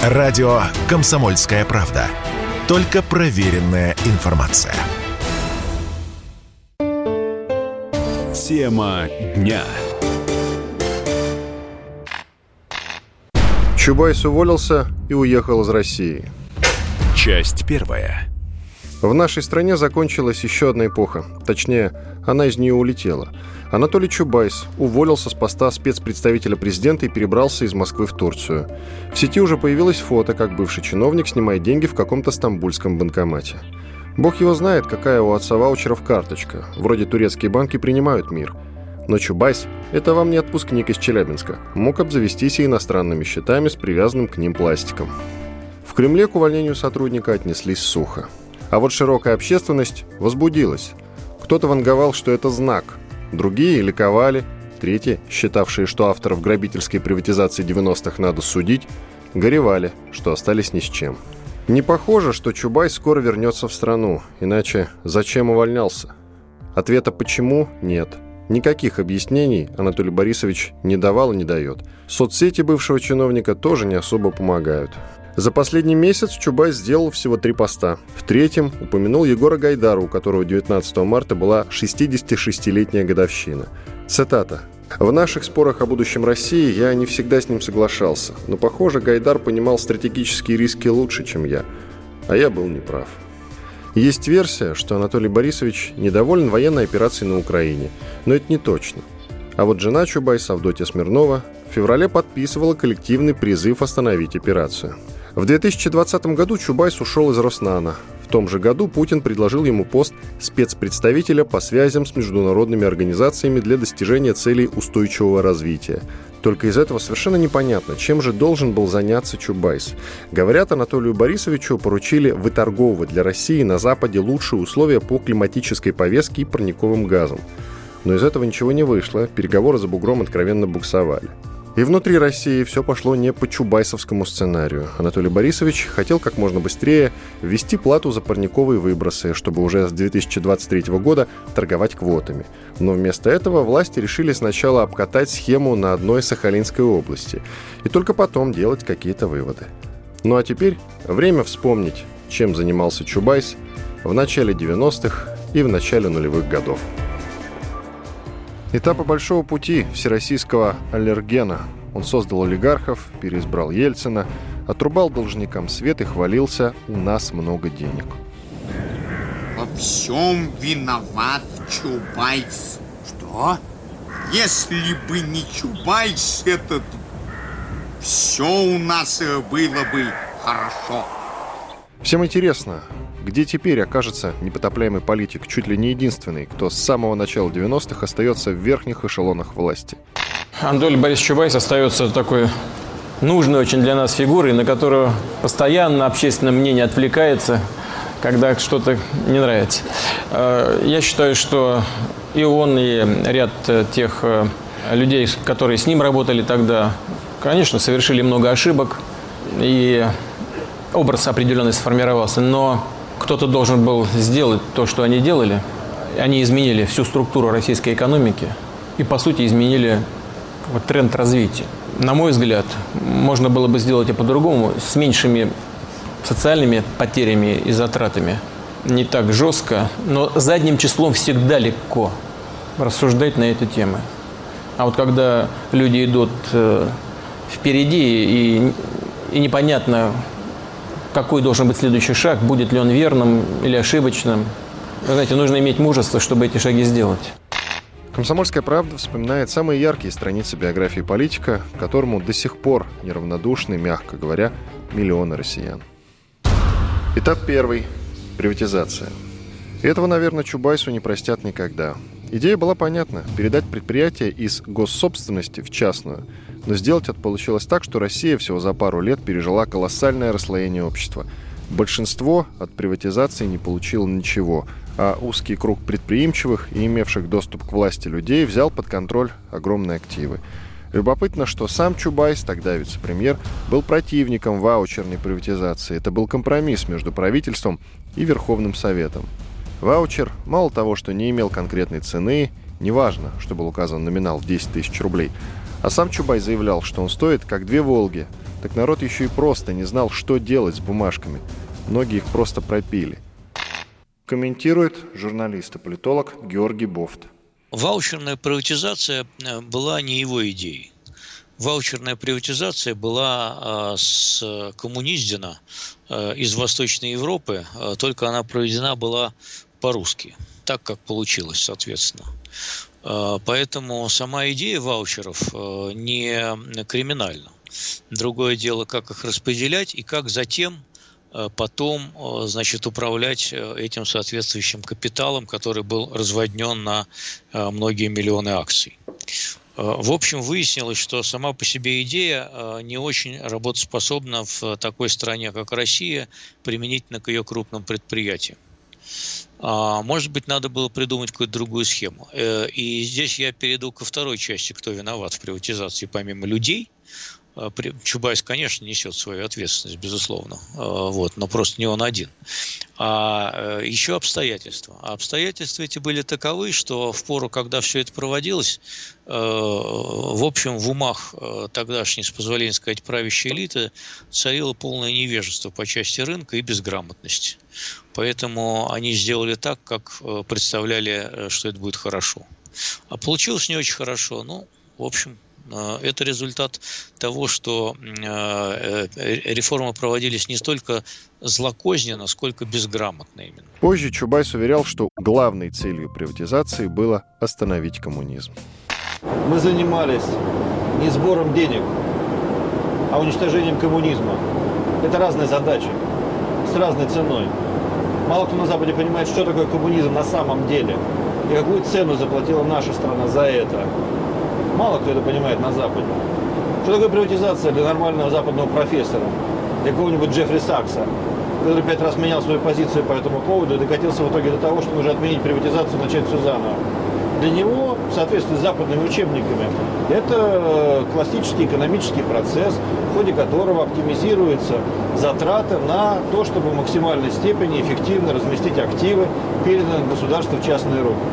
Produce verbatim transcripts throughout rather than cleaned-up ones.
Радио «Комсомольская правда». Только проверенная информация. Тема дня. Чубайс уволился и уехал из России. Часть первая. В нашей стране закончилась еще одна эпоха. Точнее, она из нее улетела. Анатолий Чубайс уволился с поста спецпредставителя президента и перебрался из Москвы в Турцию. В сети уже появилось фото, как бывший чиновник снимает деньги в каком-то стамбульском банкомате. Бог его знает, какая у отца ваучеров карточка. Вроде турецкие банки принимают мир. Но Чубайс – это вам не отпускник из Челябинска. Мог обзавестись и иностранными счетами с привязанным к ним пластиком. В Кремле к увольнению сотрудника отнеслись сухо. А вот широкая общественность возбудилась. Кто-то ванговал, что это знак. Другие ликовали. Третьи, считавшие, что авторов грабительской приватизации девяностых надо судить, горевали, что остались ни с чем. Не похоже, что Чубайс скоро вернется в страну. Иначе зачем увольнялся? Ответа «почему» нет. Никаких объяснений Анатолий Борисович не давал и не дает. Соцсети бывшего чиновника тоже не особо помогают. За последний месяц Чубайс сделал всего три поста. В третьем упомянул Егора Гайдара, у которого девятнадцатого марта была шестидесятишестилетняя годовщина. Цитата. «В наших спорах о будущем России я не всегда с ним соглашался, но, похоже, Гайдар понимал стратегические риски лучше, чем я. А я был неправ». Есть версия, что Анатолий Борисович недоволен военной операцией на Украине, но это не точно. А вот жена Чубайса, Авдотья Смирнова, в феврале подписывала коллективный призыв остановить операцию. В две тысячи двадцатом году Чубайс ушел из Роснано. В том же году Путин предложил ему пост спецпредставителя по связям с международными организациями для достижения целей устойчивого развития. Только из этого совершенно непонятно, чем же должен был заняться Чубайс. Говорят, Анатолию Борисовичу поручили выторговывать для России на Западе лучшие условия по климатической повестке и парниковым газам. Но из этого ничего не вышло, переговоры за бугром откровенно буксовали. И внутри России все пошло не по чубайсовскому сценарию. Анатолий Борисович хотел как можно быстрее ввести плату за парниковые выбросы, чтобы уже с две тысячи двадцать третьего года торговать квотами. Но вместо этого власти решили сначала обкатать схему на одной Сахалинской области и только потом делать какие-то выводы. Ну а теперь время вспомнить, чем занимался Чубайс в начале девяностых и в начале нулевых годов. Этапы большого пути всероссийского аллергена. Он создал олигархов, переизбрал Ельцина, отрубал должникам свет и хвалился: «У нас много денег». Во всем виноват Чубайс. Что? Если бы не Чубайс этот, все у нас было бы хорошо. Всем интересно, где теперь окажется непотопляемый политик, чуть ли не единственный, кто с самого начала девяностых остается в верхних эшелонах власти. Анатолий Борисович Чубайс остается такой нужной очень для нас фигурой, на которую постоянно общественное мнение отвлекается, когда что-то не нравится. Я считаю, что и он, и ряд тех людей, которые с ним работали тогда, конечно, совершили много ошибок, и образ определенный сформировался, но кто-то должен был сделать то, что они делали. Они изменили всю структуру российской экономики и, по сути, изменили вот тренд развития. На мой взгляд, можно было бы сделать и по-другому, с меньшими социальными потерями и затратами. Не так жестко, но задним числом всегда легко рассуждать на эти темы. А вот когда люди идут э, впереди и, и непонятно, какой должен быть следующий шаг, будет ли он верным или ошибочным. Вы знаете, нужно иметь мужество, чтобы эти шаги сделать. «Комсомольская правда» вспоминает самые яркие страницы биографии политика, к которому до сих пор неравнодушны, мягко говоря, миллионы россиян. Этап первый. Приватизация. И этого, наверное, Чубайсу не простят никогда. Идея была понятна – передать предприятие из госсобственности в частную. Но сделать это получилось так, что Россия всего за пару лет пережила колоссальное расслоение общества. Большинство от приватизации не получило ничего, а узкий круг предприимчивых и имевших доступ к власти людей взял под контроль огромные активы. Любопытно, что сам Чубайс, тогда вице-премьер, был противником ваучерной приватизации. Это был компромисс между правительством и Верховным Советом. Ваучер мало того, что не имел конкретной цены, неважно, что был указан номинал в десять тысяч рублей, а сам Чубайс заявлял, что он стоит как две «Волги», так народ еще и просто не знал, что делать с бумажками. Многие их просто пропили. Комментирует журналист и политолог Георгий Бофт. Ваучерная приватизация была не его идеей. Ваучерная приватизация была с коммуниздена из Восточной Европы, только она проведена была по-русски, так как получилось, соответственно. Поэтому сама идея ваучеров не криминальна. Другое дело, как их распределять и как затем потом, значит, управлять этим соответствующим капиталом, который был разводнен на многие миллионы акций. В общем, выяснилось, что сама по себе идея не очень работоспособна в такой стране, как Россия, применительно к ее крупным предприятиям. Может быть, надо было придумать какую-то другую схему. И здесь я перейду ко второй части, кто виноват в приватизации помимо людей. Чубайс, конечно, несет свою ответственность, безусловно, вот, но просто не он один. А еще обстоятельства. А обстоятельства эти были таковы, что в пору, когда все это проводилось, в общем, в умах тогдашней, с позволения сказать, правящей элиты царило полное невежество по части рынка и безграмотность. Поэтому они сделали так, как представляли, что это будет хорошо. А получилось не очень хорошо. Ну, в общем, это результат того, что реформы проводились не столько злокозненно, сколько безграмотно именно. Позже Чубайс уверял, что главной целью приватизации было остановить коммунизм. Мы занимались не сбором денег, а уничтожением коммунизма. Это разные задачи, с разной ценой. Мало кто на Западе понимает, что такое коммунизм на самом деле и какую цену заплатила наша страна за это. Мало кто это понимает на Западе. Что такое приватизация для нормального западного профессора, для какого-нибудь Джеффри Сакса, который пять раз менял свою позицию по этому поводу и докатился в итоге до того, что нужно отменить приватизацию и начать все заново. Для него, в соответствии с западными учебниками, это классический экономический процесс, в ходе которого оптимизируются затраты на то, чтобы в максимальной степени эффективно разместить активы, переданные государству в частные руки.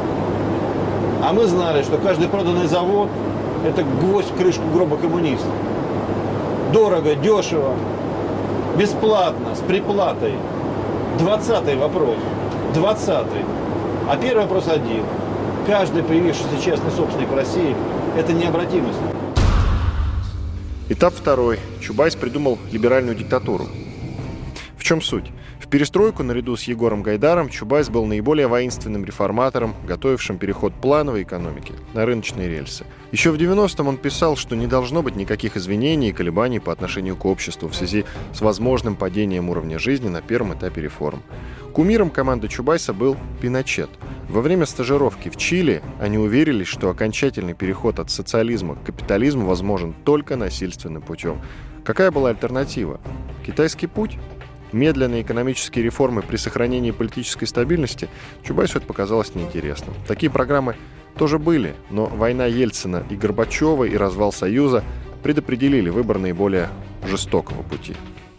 А мы знали, что каждый проданный завод – это гвоздь в крышку гроба коммунистов. Дорого, дешево, бесплатно, с приплатой. Двадцатый вопрос. Двадцатый. А первый вопрос один. Каждый появившийся частный собственник в России – это необратимость. Этап второй. Чубайс придумал либеральную диктатуру. В чем суть? В перестройку наряду с Егором Гайдаром Чубайс был наиболее воинственным реформатором, готовившим переход плановой экономики на рыночные рельсы. Еще в девяностом он писал, что не должно быть никаких извинений и колебаний по отношению к обществу в связи с возможным падением уровня жизни на первом этапе реформ. Кумиром команды Чубайса был Пиночет. Во время стажировки в Чили они уверились, что окончательный переход от социализма к капитализму возможен только насильственным путем. Какая была альтернатива? Китайский путь? Медленные экономические реформы при сохранении политической стабильности? Чубайсу это показалось неинтересным. Такие программы тоже были, но война Ельцина и Горбачева и развал Союза предопределили выбор наиболее жестокого пути.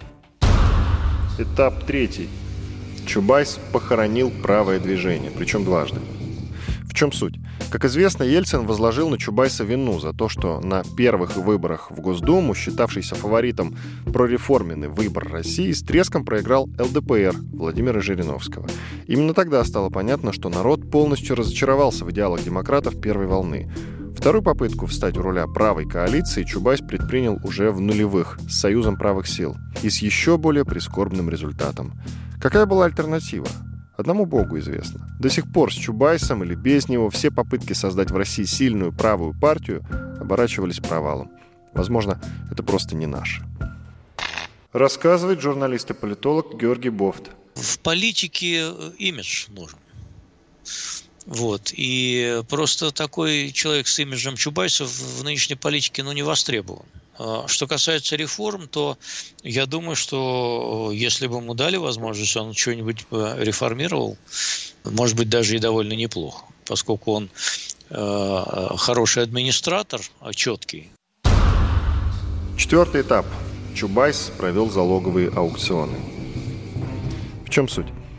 Этап третий. Чубайс похоронил правое движение, причем дважды. В чем суть? Как известно, Ельцин возложил на Чубайса вину за то, что на первых выборах в Госдуму, считавшийся фаворитом прореформенный выбор России, с треском проиграл эл дэ пэ эр Владимира Жириновского. Именно тогда стало понятно, что народ полностью разочаровался в идеалах демократов первой волны. Вторую попытку встать у руля правой коалиции Чубайс предпринял уже в нулевых с Союзом правых сил и с еще более прискорбным результатом. Какая была альтернатива? Одному Богу известно. До сих пор с Чубайсом или без него все попытки создать в России сильную правую партию оборачивались провалом. Возможно, это просто не наше. Рассказывает журналист и политолог Георгий Бофт. В политике имидж нужен. Вот. И просто такой человек с имиджем Чубайса в нынешней политике ну, не востребован. Что касается реформ, то я думаю, что если бы ему дали возможность, он что-нибудь реформировал, может быть, даже и довольно неплохо, поскольку он э, хороший администратор, четкий. Четвертый этап. Чубайс провел залоговые аукционы. В чем суть?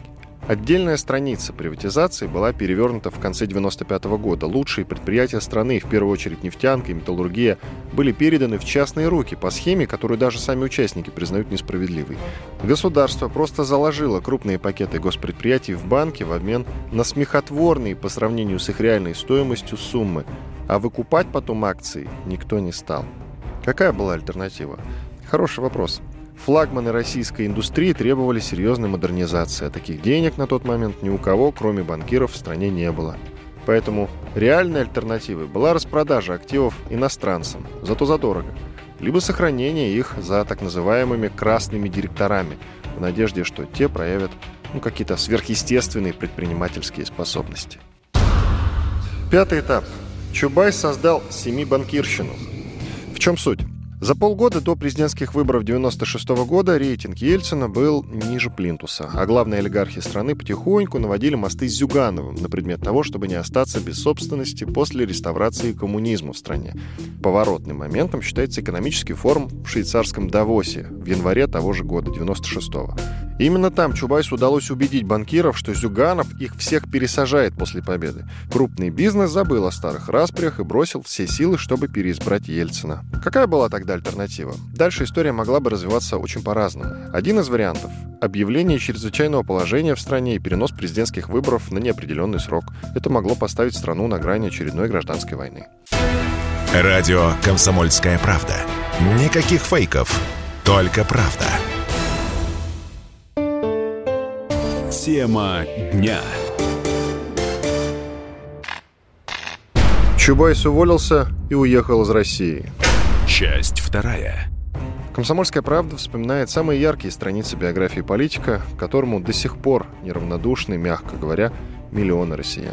Отдельная страница приватизации была перевернута в конце девяносто пятого года. Лучшие предприятия страны, в первую очередь нефтянка и металлургия, были переданы в частные руки по схеме, которую даже сами участники признают несправедливой. Государство просто заложило крупные пакеты госпредприятий в банки в обмен на смехотворные по сравнению с их реальной стоимостью суммы, а выкупать потом акции никто не стал. Какая была альтернатива? Хороший вопрос. Флагманы российской индустрии требовали серьезной модернизации, а таких денег на тот момент ни у кого, кроме банкиров, в стране не было. Поэтому реальной альтернативой была распродажа активов иностранцам, зато задорого, либо сохранение их за так называемыми красными директорами, в надежде, что те проявят ну, какие-то сверхъестественные предпринимательские способности. Пятый этап. Чубайс создал семибанкирщину. В чем суть? За полгода до президентских выборов девяносто шестого года рейтинг Ельцина был ниже плинтуса, а главные олигархи страны потихоньку наводили мосты с Зюгановым на предмет того, чтобы не остаться без собственности после реставрации коммунизма в стране. Поворотным моментом считается экономический форум в швейцарском Давосе в январе того же года, девяносто шестого. Именно там Чубайсу удалось убедить банкиров, что Зюганов их всех пересажает после победы. Крупный бизнес забыл о старых распрях и бросил все силы, чтобы переизбрать Ельцина. Какая была тогда альтернатива? Дальше история могла бы развиваться очень по-разному. Один из вариантов – объявление чрезвычайного положения в стране и перенос президентских выборов на неопределенный срок. Это могло поставить страну на грани очередной гражданской войны. Радио «Комсомольская правда». Никаких фейков, только правда. Тема дня. Чубайс уволился и уехал из России. Часть вторая. «Комсомольская правда» вспоминает самые яркие страницы биографии политика, к которому до сих пор неравнодушны, мягко говоря, миллионы россиян.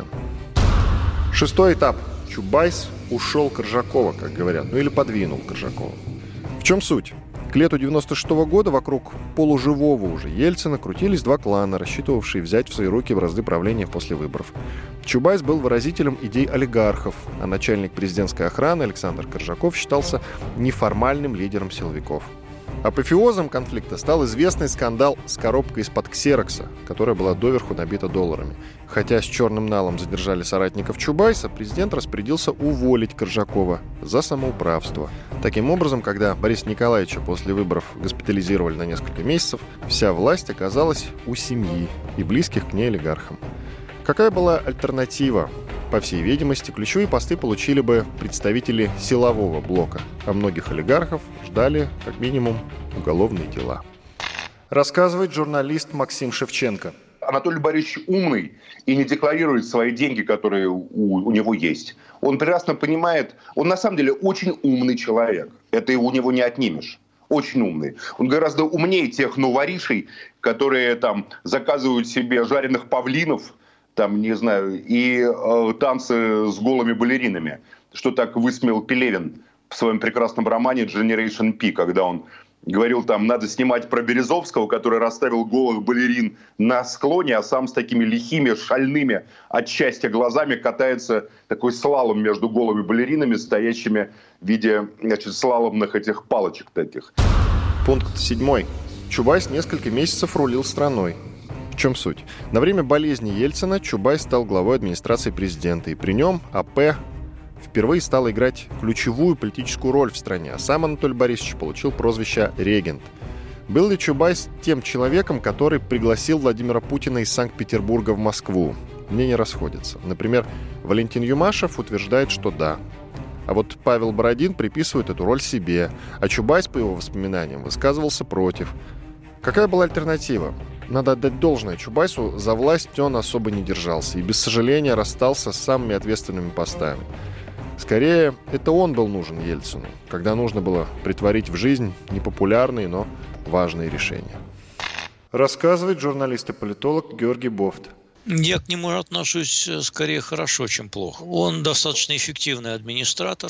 Шестой этап. Чубайс ушел Коржакова, как говорят, ну или подвинул Коржакова. В чем суть? К лету девяносто шестого года вокруг полуживого уже Ельцина крутились два клана, рассчитывавшие взять в свои руки бразды правления после выборов. Чубайс был выразителем идей олигархов, а начальник президентской охраны Александр Коржаков считался неформальным лидером силовиков. Апофеозом конфликта стал известный скандал с коробкой из-под ксерокса, которая была доверху набита долларами. Хотя с черным налом задержали соратников Чубайса, президент распорядился уволить Коржакова за самоуправство. Таким образом, когда Бориса Николаевича после выборов госпитализировали на несколько месяцев, вся власть оказалась у семьи и близких к ней олигархам. Какая была альтернатива? По всей видимости, ключевые посты получили бы представители силового блока, а многих олигархов ждали, как минимум, уголовные дела. Рассказывает журналист Максим Шевченко. Анатолий Борисович умный и не декларирует свои деньги, которые у, у него есть. Он прекрасно понимает, он на самом деле очень умный человек. Это у него не отнимешь. Очень умный. Он гораздо умнее тех новоришей, которые там заказывают себе жареных павлинов, там, не знаю, и э, танцы с голыми балеринами. Что так высмеял Пелевин в своем прекрасном романе «Generation P», когда он говорил, там, надо снимать про Березовского, который расставил голых балерин на склоне, а сам с такими лихими, шальными от счастья глазами катается такой слалом между голыми балеринами, стоящими в виде, значит, слаломных этих палочек таких. Пункт седьмой. Чубайс несколько месяцев рулил страной. В чем суть? На время болезни Ельцина Чубайс стал главой администрации президента, и при нем АП впервые стал играть ключевую политическую роль в стране, а сам Анатолий Борисович получил прозвище «регент». Был ли Чубайс тем человеком, который пригласил Владимира Путина из Санкт-Петербурга в Москву? Мнения расходятся. Например, Валентин Юмашев утверждает, что да. А вот Павел Бородин приписывает эту роль себе, а Чубайс, по его воспоминаниям, высказывался против. Какая была альтернатива? Надо отдать должное Чубайсу, за власть он особо не держался и без сожаления расстался с самыми ответственными постами. Скорее, это он был нужен Ельцину, когда нужно было притворить в жизнь непопулярные, но важные решения. Рассказывает журналист и политолог Георгий Бофт. Я к нему отношусь скорее хорошо, чем плохо. Он достаточно эффективный администратор.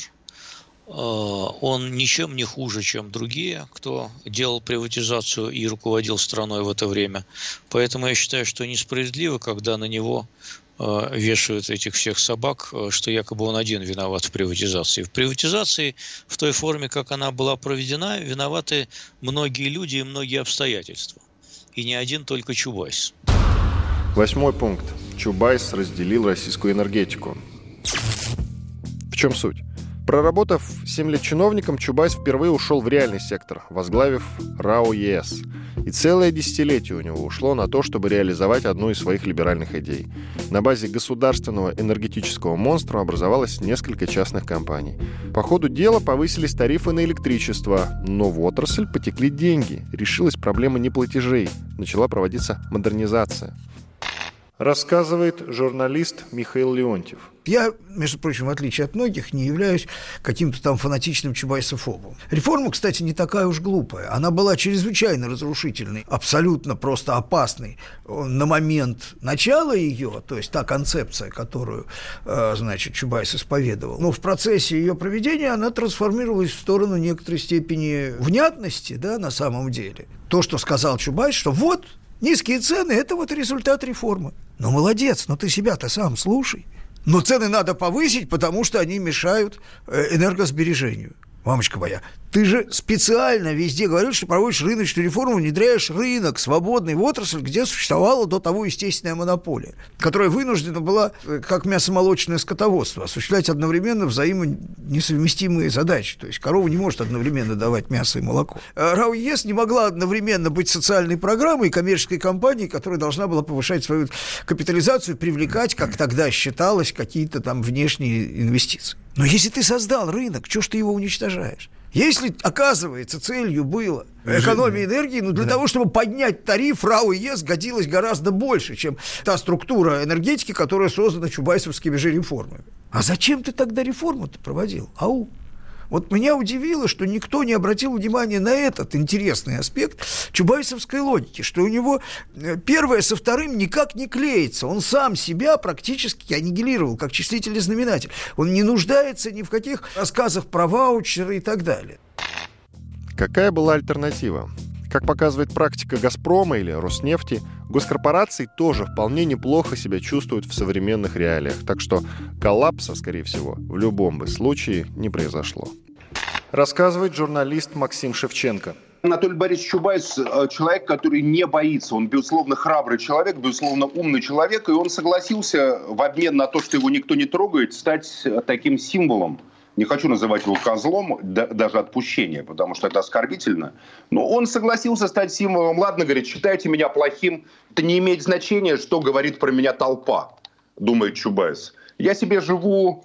Он ничем не хуже, чем другие, кто делал приватизацию и руководил страной в это время. Поэтому я считаю, что несправедливо, когда на него вешают этих всех собак, что якобы он один виноват в приватизации. В приватизации, в той форме, как она была проведена, виноваты многие люди и многие обстоятельства. И не один только Чубайс. Восьмой пункт. Чубайс разделил российскую энергетику. В чем суть? Проработав семь лет чиновником, Чубайс впервые ушел в реальный сектор, возглавив РАО ЕС. И целое десятилетие у него ушло на то, чтобы реализовать одну из своих либеральных идей. На базе государственного энергетического монстра образовалось несколько частных компаний. По ходу дела повысились тарифы на электричество, но в отрасль потекли деньги. Решилась проблема неплатежей. Начала проводиться модернизация. Рассказывает журналист Михаил Леонтьев. Я, между прочим, в отличие от многих, не являюсь каким-то там фанатичным чубайсофобом. Реформа, кстати, не такая уж глупая. Она была чрезвычайно разрушительной, абсолютно просто опасной на момент начала ее, то есть та концепция, которую, значит, Чубайс исповедовал. Но в процессе ее проведения она трансформировалась в сторону некоторой степени внятности, да, на самом деле. То, что сказал Чубайс, что вот низкие цены – это вот результат реформы. Ну, молодец, но ты себя-то сам слушай. Но цены надо повысить, потому что они мешают энергосбережению. Мамочка моя, ты же специально везде говоришь, что проводишь рыночную реформу, внедряешь рынок свободный в отрасль, где существовала до того естественная монополия, которая вынуждена была, как мясомолочное скотоводство, осуществлять одновременно взаимонесовместимые задачи. То есть корова не может одновременно давать мясо и молоко. РАО ЕС не могла одновременно быть социальной программой и коммерческой компанией, которая должна была повышать свою капитализацию, привлекать, как тогда считалось, какие-то там внешние инвестиции. Но если ты создал рынок, что ж ты его уничтожаешь? Если, оказывается, целью было экономия энергии, ну, для да. того, чтобы поднять тариф, РАО ЕС годилось гораздо больше, чем та структура энергетики, которая создана чубайсовскими же реформами. А зачем ты тогда реформу-то проводил? Ау! Вот меня удивило, что никто не обратил внимания на этот интересный аспект чубайсовской логики, что у него первое со вторым никак не клеится. Он сам себя практически аннигилировал, как числитель и знаменатель. Он не нуждается ни в каких рассказах про ваучеры и так далее. Какая была альтернатива? Как показывает практика «Газпрома» или «Роснефти», госкорпорации тоже вполне неплохо себя чувствуют в современных реалиях, так что коллапса, скорее всего, в любом бы случае не произошло. Рассказывает журналист Максим Шевченко. Анатолий Борисович Чубайс – человек, который не боится. Он, безусловно, храбрый человек, безусловно, умный человек, и он согласился в обмен на то, что его никто не трогает, стать таким символом. Не хочу называть его козлом, да, даже отпущения, потому что это оскорбительно. Но он согласился стать символом. Ладно, говорит, считайте меня плохим. Это не имеет значения, что говорит про меня толпа, думает Чубайс. Я себе живу,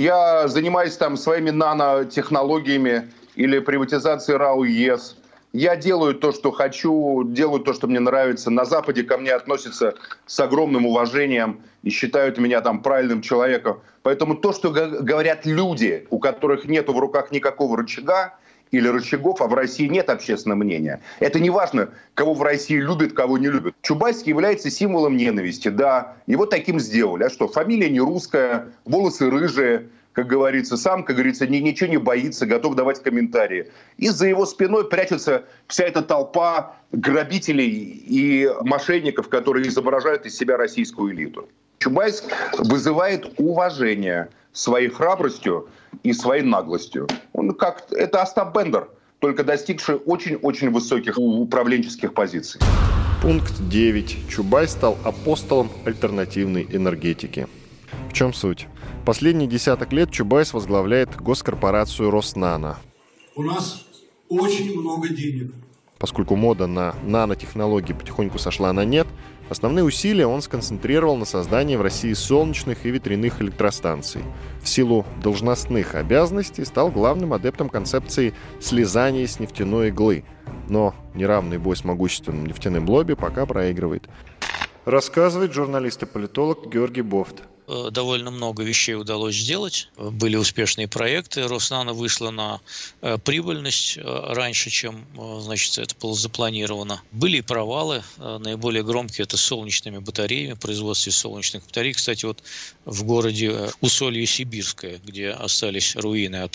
я занимаюсь там своими нанотехнологиями или приватизацией РАО ЕС. Я делаю то, что хочу, делаю то, что мне нравится. На Западе ко мне относятся с огромным уважением и считают меня там правильным человеком. Поэтому то, что говорят люди, у которых нет в руках никакого рычага или рычагов, а в России нет общественного мнения, это не важно, кого в России любят, кого не любят. Чубайс является символом ненависти, да, его таким сделали. А что, фамилия не русская, волосы рыжие, как говорится, сам, как говорится, ни, ничего не боится, готов давать комментарии. И за его спиной прячется вся эта толпа грабителей и мошенников, которые изображают из себя российскую элиту. Чубайс вызывает уважение своей храбростью и своей наглостью. Он как это Остап Бендер, только достигший очень-очень высоких управленческих позиций. Пункт девять. Чубайс стал апостолом альтернативной энергетики. В чем суть? Последние десяток лет Чубайс возглавляет госкорпорацию «Роснано». У нас очень много денег. Поскольку мода на нанотехнологии потихоньку сошла на нет, основные усилия он сконцентрировал на создании в России солнечных и ветряных электростанций. В силу должностных обязанностей стал главным адептом концепции слизания с нефтяной иглы. Но неравный бой с могущественным нефтяным лобби пока проигрывает. Рассказывает журналист и политолог Георгий Бофт. Довольно много вещей удалось сделать. Были успешные проекты. Роснано вышла на прибыльность раньше, чем, значит, это было запланировано. Были и провалы. Наиболее громкие – это солнечными батареями, производство солнечных батарей. Кстати, вот в городе Усолье-Сибирское, где остались руины от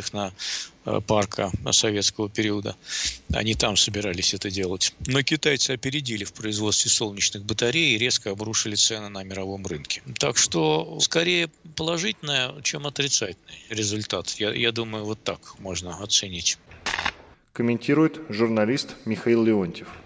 технопарка советского периода, они там собирались это делать. Но китайцы опередили в производстве солнечных батарей и резко обрушили цены на мировом рынке. Так что что скорее положительный, чем отрицательный результат. Я, я думаю, вот так можно оценить. Комментирует журналист Михаил Леонтьев.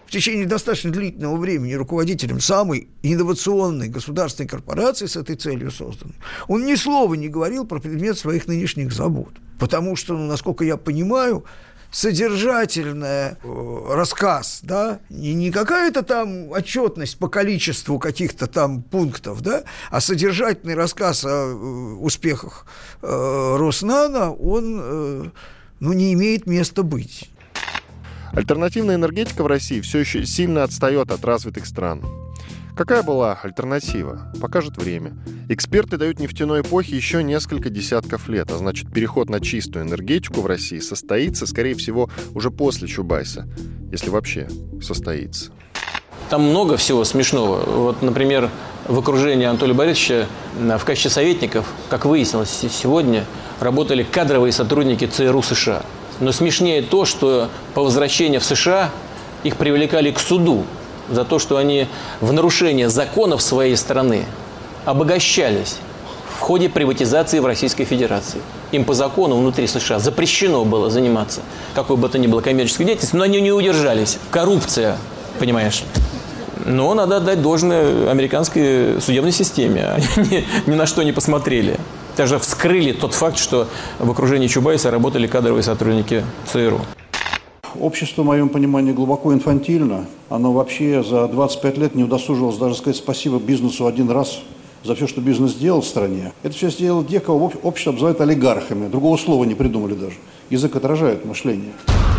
в течение достаточно длительного времени руководителем самой инновационной государственной корпорации с этой целью созданной, он ни слова не говорил про предмет своих нынешних забот. Потому что, ну, насколько я понимаю, содержательный э, рассказ, да, не, не какая-то там отчетность по количеству каких-то там пунктов, да, а содержательный рассказ о э, успехах э, Роснано, он, э, ну, не имеет места быть. Альтернативная энергетика в России все еще сильно отстает от развитых стран. Какая была альтернатива? Покажет время. Эксперты дают нефтяной эпохе еще несколько десятков лет, а значит, переход на чистую энергетику в России состоится, скорее всего, уже после Чубайса, если вообще состоится. Там много всего смешного. Вот, например, в окружении Анатолия Борисовича в качестве советников, как выяснилось сегодня, работали кадровые сотрудники ЦРУ США. Но смешнее то, что по возвращении в США их привлекали к суду за то, что они в нарушение законов своей страны обогащались в ходе приватизации в Российской Федерации. Им по закону внутри США запрещено было заниматься какой бы то ни было коммерческой деятельностью, но они не удержались. Коррупция, понимаешь? Но надо отдать должное американской судебной системе. Они ни на что не посмотрели. Даже вскрыли тот факт, что в окружении Чубайса работали кадровые сотрудники ЦРУ. Общество, в моем понимании, глубоко инфантильно. Оно вообще за двадцать пять лет не удосужилось даже сказать спасибо бизнесу один раз за все, что бизнес сделал в стране. Это все сделало те, кого общество обзывает олигархами. Другого слова не придумали даже. Язык отражает мышление.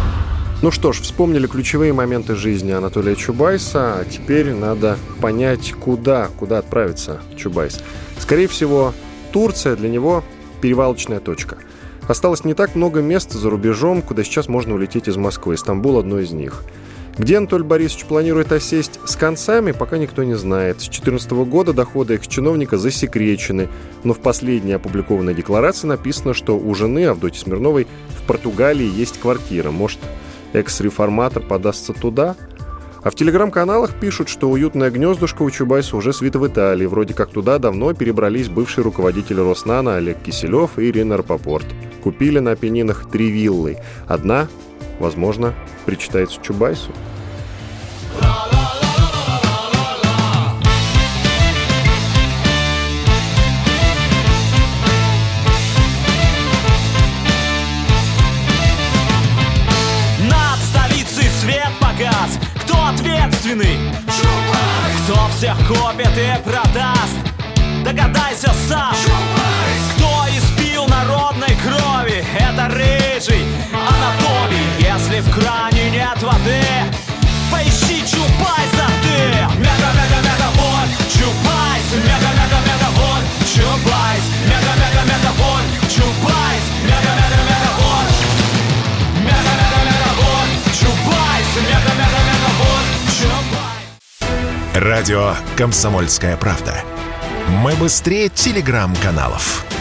Ну что ж, вспомнили ключевые моменты жизни Анатолия Чубайса, а теперь надо понять, куда, куда отправится Чубайс. Скорее всего, Турция для него перевалочная точка. Осталось не так много мест за рубежом, куда сейчас можно улететь из Москвы. Стамбул – одно из них. Где Анатолий Борисович планирует осесть с концами, пока никто не знает. С две тысячи четырнадцатого года доходы экс-чиновника засекречены, но в последней опубликованной декларации написано, что у жены Авдотьи Смирновой в Португалии есть квартира. Может, экс-реформатор подастся туда? А в телеграм-каналах пишут, что уютное гнездышко у Чубайса уже свито в Италии. Вроде как туда давно перебрались бывший руководитель Роснано Олег Киселев и Ирина Рапопорт. Купили на Апеннинах три виллы. Одна, возможно, причитается Чубайсу. Над столицей свет погас. Кто ответственный? Чубайс! Кто всех купит и продаст? Догадайся сам. Чубайс! Кто испил народной крови? Это рыжий Анатолий. Если в кране нет воды, поищи Чубайса ты. Мега-мега-мега-боль, Чубайс. Мега-мега-мега-боль, Чубайс. Мега-мега-мега-боль, Чубайс. Мега-мега-мега-боль. Мега-мега-мега-боль, Чубайс. Мега-мега-мега-боль, Чубайс. Радио «Комсомольская правда». Мы быстрее телеграм-каналов.